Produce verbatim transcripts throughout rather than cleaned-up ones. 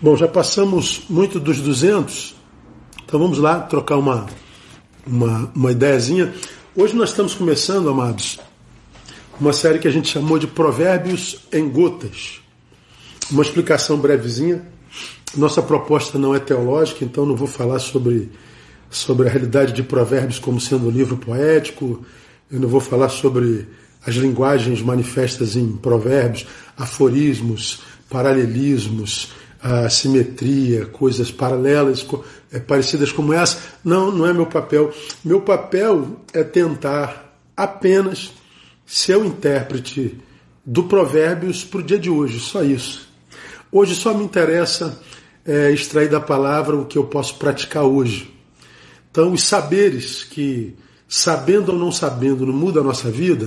Bom, já passamos muito dos duzentos, então vamos lá trocar uma, uma, uma ideiazinha. Hoje nós estamos começando, amados, uma série que a gente chamou de Provérbios em Gotas. Uma explicação brevezinha. Nossa proposta não é teológica, então não vou falar sobre, sobre a realidade de Provérbios como sendo um livro poético, eu não vou falar sobre as linguagens manifestas em Provérbios, aforismos, paralelismos, a simetria, coisas paralelas, é, parecidas como essa. Não, não é meu papel. Meu papel é tentar apenas ser o intérprete do Provérbios para o dia de hoje, só isso. Hoje só me interessa é, extrair da palavra o que eu posso praticar hoje. Então, os saberes que, sabendo ou não sabendo, não muda a nossa vida,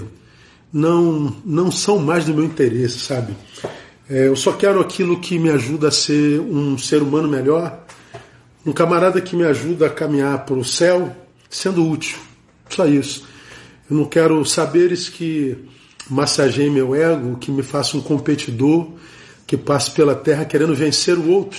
não, não são mais do meu interesse, sabe? É, eu só quero aquilo que me ajuda a ser um ser humano melhor, um camarada que me ajuda a caminhar para o céu, sendo útil. Só isso. Eu não quero saberes que massageiem meu ego, que me façam um competidor, que passe pela terra querendo vencer o outro,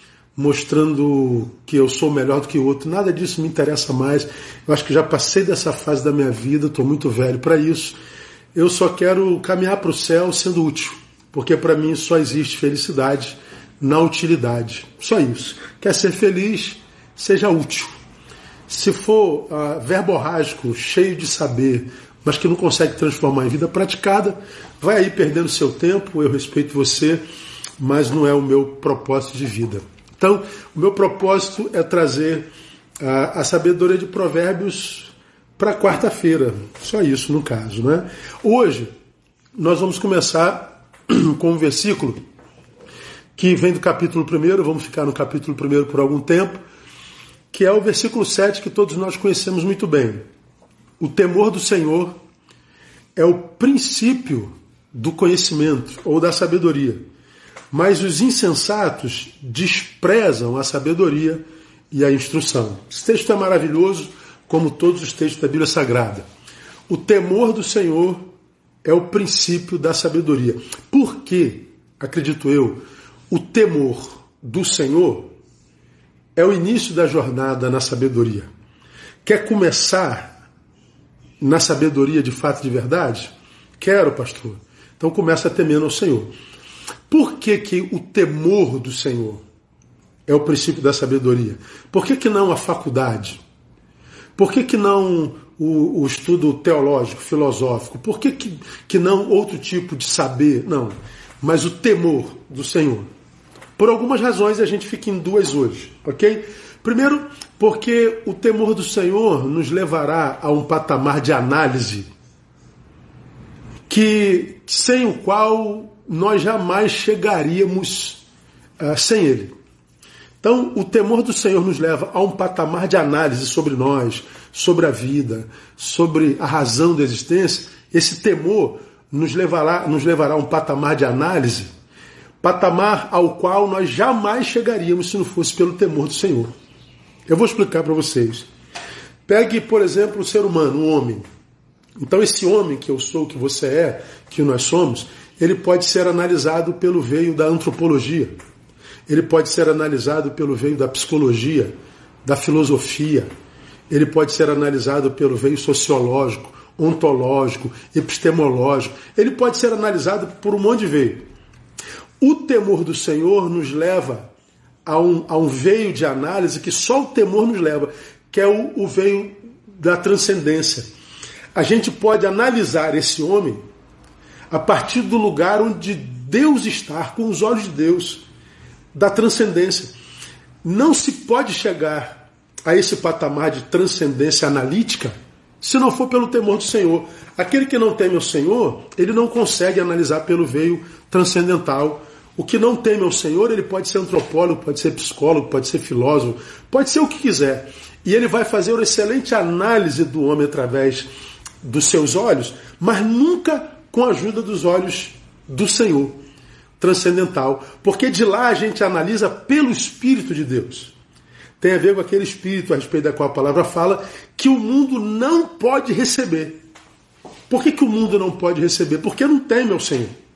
mostrando que eu sou melhor do que o outro. Nada disso me interessa mais. Eu acho que já passei dessa fase da minha vida, estou muito velho para isso. Eu só quero caminhar para o céu sendo útil. Porque para mim só existe felicidade na utilidade. Só isso. Quer ser feliz? Seja útil. Se for uh, verborrágico, cheio de saber, mas que não consegue transformar em vida praticada, vai aí perdendo seu tempo. Eu respeito você, mas não é o meu propósito de vida. Então, o meu propósito é trazer uh, a sabedoria de Provérbios para quarta-feira. Só isso, no caso, né? Hoje, nós vamos começar com um versículo que vem do capítulo primeiro, vamos ficar no capítulo primeiro por algum tempo, que é o versículo sete, que todos nós conhecemos muito bem. O temor do Senhor é o princípio do conhecimento ou da sabedoria, mas os insensatos desprezam a sabedoria e a instrução. Esse texto é maravilhoso, como todos os textos da Bíblia Sagrada. O temor do Senhor é o princípio da sabedoria. Por que, acredito eu, o temor do Senhor é o início da jornada na sabedoria? Quer começar na sabedoria de fato de verdade? Quero, pastor. Então começa temendo ao Senhor. Por que, que o temor do Senhor é o princípio da sabedoria? Por que, que não a faculdade? Por que, que não o, o estudo teológico, filosófico? Por que, que, que não outro tipo de saber? Não, mas o temor do Senhor. Por algumas razões, a gente fica em duas hoje, ok? Primeiro, porque o temor do Senhor nos levará a um patamar de análise que, sem o qual nós jamais chegaríamos uh, sem ele. Então, o temor do Senhor nos leva a um patamar de análise sobre nós, sobre a vida, sobre a razão da existência. Esse temor nos levará, nos levará a um patamar de análise, patamar ao qual nós jamais chegaríamos se não fosse pelo temor do Senhor. Eu vou explicar para vocês. Pegue, por exemplo, o ser humano, um homem. Então, esse homem que eu sou, que você é, que nós somos, ele pode ser analisado pelo veio da antropologia. Ele pode ser analisado pelo veio da psicologia, da filosofia. Ele pode ser analisado pelo veio sociológico, ontológico, epistemológico. Ele pode ser analisado por um monte de veio. O temor do Senhor nos leva a um, a um veio de análise que só o temor nos leva, que é o, o veio da transcendência. A gente pode analisar esse homem a partir do lugar onde Deus está, com os olhos de Deus, da transcendência. Não se pode chegar a esse patamar de transcendência analítica se não for pelo temor do Senhor. Aquele que não teme ao Senhor, ele não consegue analisar pelo veio transcendental. O que não teme ao Senhor, ele pode ser antropólogo, pode ser psicólogo, pode ser filósofo, pode ser o que quiser. E ele vai fazer uma excelente análise do homem através dos seus olhos, mas nunca com a ajuda dos olhos do Senhor transcendental, porque de lá a gente analisa pelo Espírito de Deus. Tem a ver com aquele Espírito a respeito da qual a palavra fala, que o mundo não pode receber. Por que, que o mundo não pode receber? Porque não teme ao Senhor.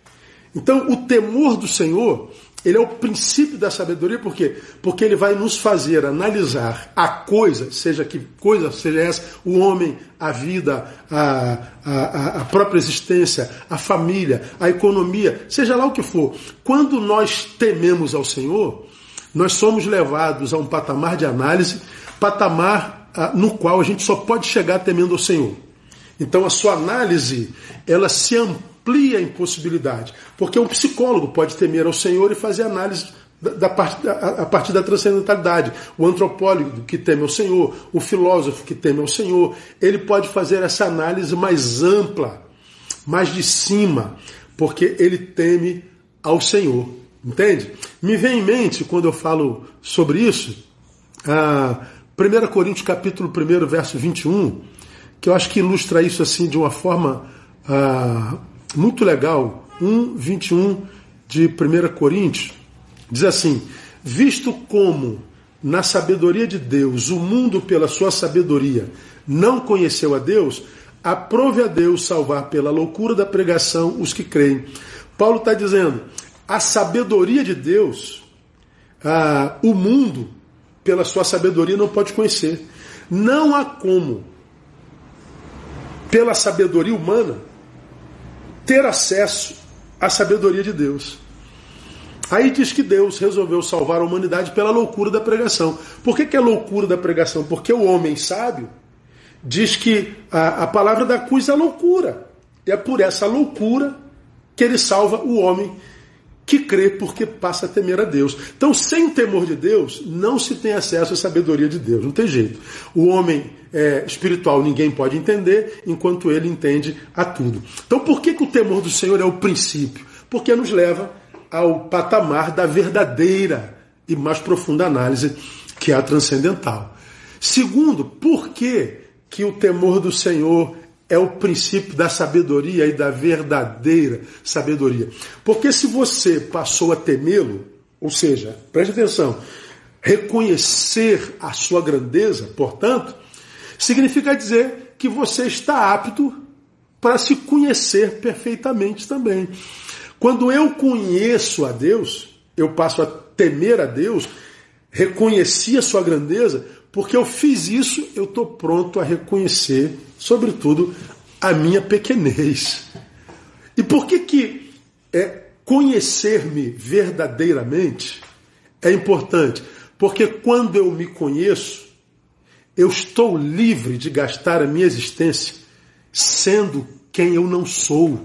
Então, o temor do Senhor, ele é o princípio da sabedoria, por quê? Porque ele vai nos fazer analisar a coisa, seja que coisa seja essa, o homem, a vida, a, a, a própria existência, a família, a economia, seja lá o que for. Quando nós tememos ao Senhor, nós somos levados a um patamar de análise, patamar a, no qual a gente só pode chegar temendo ao Senhor. Então, a sua análise, ela se amplia, amplia em possibilidade, porque um psicólogo pode temer ao Senhor e fazer análise da, da parte, da, a partir da transcendentalidade. O antropólogo que teme ao Senhor, o filósofo que teme ao Senhor, ele pode fazer essa análise mais ampla, mais de cima, porque ele teme ao Senhor. Entende? Me vem em mente, quando eu falo sobre isso, a primeira Coríntios capítulo um, verso vinte e um, que eu acho que ilustra isso assim de uma forma ah, muito legal. um, vinte e um de primeira Coríntios, diz assim: visto como na sabedoria de Deus o mundo pela sua sabedoria não conheceu a Deus, aprove a Deus salvar pela loucura da pregação os que creem. Paulo está dizendo, a sabedoria de Deus, ah, o mundo pela sua sabedoria não pode conhecer. Não há como, pela sabedoria humana, ter acesso à sabedoria de Deus. Aí diz que Deus resolveu salvar a humanidade pela loucura da pregação. Por que que é loucura da pregação? Porque o homem sábio diz que a, a palavra da cruz é loucura. E é por essa loucura que ele salva o homem que crê, porque passa a temer a Deus. Então, sem temor de Deus, não se tem acesso à sabedoria de Deus. Não tem jeito. O homem é, espiritual ninguém pode entender, enquanto ele entende a tudo. Então, por que que o temor do Senhor é o princípio? Porque nos leva ao patamar da verdadeira e mais profunda análise, que é a transcendental. Segundo, por que que o temor do Senhor é o princípio da sabedoria e da verdadeira sabedoria? Porque se você passou a temê-lo, ou seja, preste atenção, reconhecer a sua grandeza, portanto, significa dizer que você está apto para se conhecer perfeitamente também. Quando eu conheço a Deus, eu passo a temer a Deus, reconheci a sua grandeza, porque eu fiz isso, eu estou pronto a reconhecer, sobretudo, a minha pequenez. E por que que é, conhecer-me verdadeiramente é importante? Porque quando eu me conheço, eu estou livre de gastar a minha existência sendo quem eu não sou.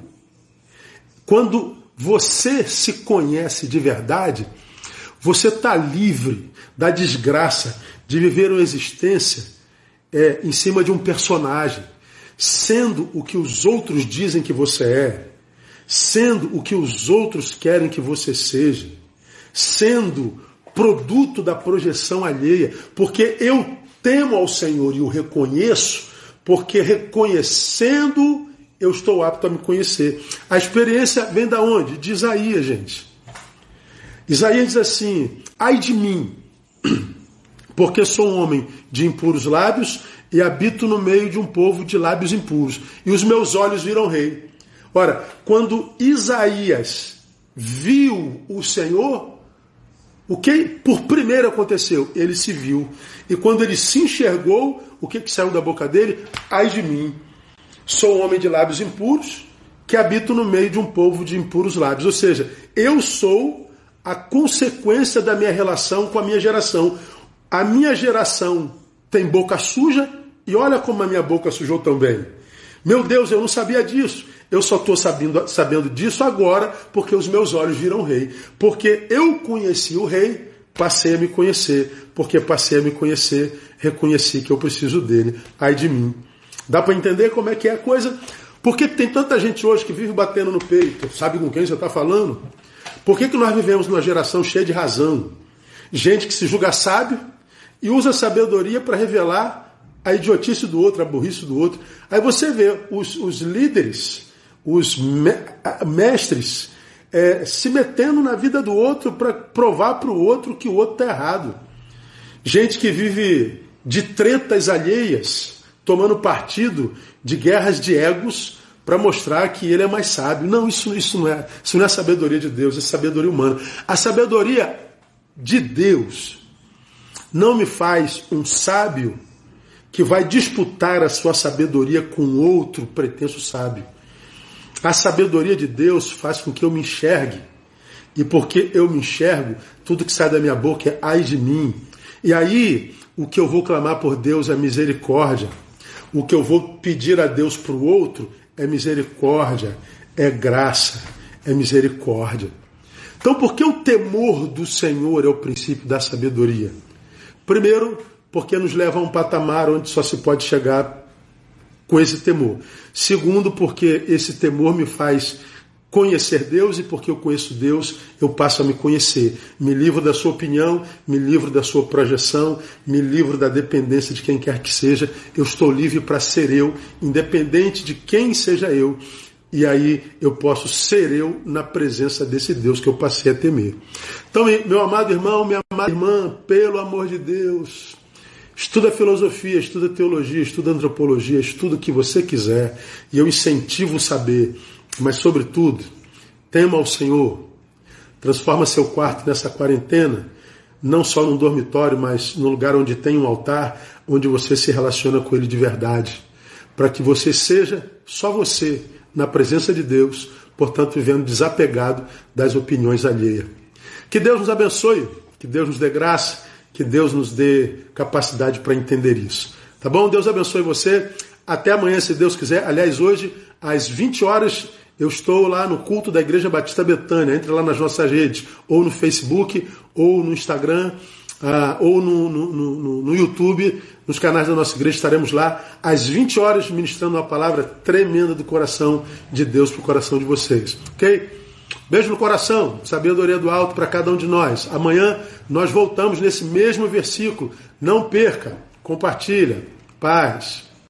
Quando você se conhece de verdade, você está livre da desgraça de viver uma existência é, em cima de um personagem, sendo o que os outros dizem que você é, sendo o que os outros querem que você seja, sendo produto da projeção alheia, porque eu temo ao Senhor e o reconheço, porque reconhecendo eu estou apto a me conhecer. A experiência vem da onde? De Isaías, gente. Isaías diz assim: ai de mim, porque sou um homem de impuros lábios e habito no meio de um povo de lábios impuros, e os meus olhos viram rei. Ora, quando Isaías viu o Senhor, o que por primeiro aconteceu? Ele se viu. E quando ele se enxergou, o que, que saiu da boca dele? Ai de mim, sou um homem de lábios impuros, que habito no meio de um povo de impuros lábios. Ou seja, eu sou a consequência da minha relação com a minha geração. A minha geração tem boca suja, e olha como a minha boca sujou também. Meu Deus, eu não sabia disso. Eu só estou sabendo, sabendo disso agora, porque os meus olhos viram rei. Porque eu conheci o rei, passei a me conhecer. Porque passei a me conhecer, reconheci que eu preciso dele. Ai de mim. Dá para entender como é que é a coisa? Por que tem tanta gente hoje que vive batendo no peito? Sabe com quem você está falando? Por que que nós vivemos numa geração cheia de razão? Gente que se julga sábio e usa a sabedoria para revelar a idiotice do outro, a burrice do outro. Aí você vê os, os líderes, os me, mestres, é, se metendo na vida do outro para provar para o outro que o outro está errado. Gente que vive de tretas alheias, tomando partido de guerras de egos, para mostrar que ele é mais sábio. Não, isso, isso, não é, isso não é sabedoria de Deus, é sabedoria humana. A sabedoria de Deus não me faz um sábio que vai disputar a sua sabedoria com outro pretenso sábio. A sabedoria de Deus faz com que eu me enxergue. E porque eu me enxergo, tudo que sai da minha boca é ai de mim. E aí, o que eu vou clamar por Deus é misericórdia. O que eu vou pedir a Deus para o outro é misericórdia, é graça, é misericórdia. Então, por que o temor do Senhor é o princípio da sabedoria? Primeiro, porque nos leva a um patamar onde só se pode chegar com esse temor. Segundo, porque esse temor me faz conhecer Deus, e porque eu conheço Deus, eu passo a me conhecer. Me livro da sua opinião, me livro da sua projeção, me livro da dependência de quem quer que seja. Eu estou livre para ser eu, independente de quem seja eu. E aí eu posso ser eu na presença desse Deus que eu passei a temer. Então, meu amado irmão, minha amada irmã, pelo amor de Deus, estuda filosofia, estuda teologia, estuda antropologia, estuda o que você quiser. E eu incentivo o saber. Mas, sobretudo, tema ao Senhor. Transforma seu quarto nessa quarentena, não só num dormitório, mas num lugar onde tem um altar, onde você se relaciona com Ele de verdade. Para que você seja só você, na presença de Deus, portanto, vivendo desapegado das opiniões alheias. Que Deus nos abençoe, que Deus nos dê graça, que Deus nos dê capacidade para entender isso. Tá bom? Deus abençoe você. Até amanhã, se Deus quiser. Aliás, hoje, às vinte horas, eu estou lá no culto da Igreja Batista Betânia. Entre lá nas nossas redes, ou no Facebook, ou no Instagram, uh, ou no, no, no, no YouTube, nos canais da nossa igreja. Estaremos lá às vinte horas ministrando uma palavra tremenda do coração de Deus para o coração de vocês. Ok? Beijo no coração, sabedoria do alto para cada um de nós. Amanhã nós voltamos nesse mesmo versículo. Não perca, compartilha. Paz.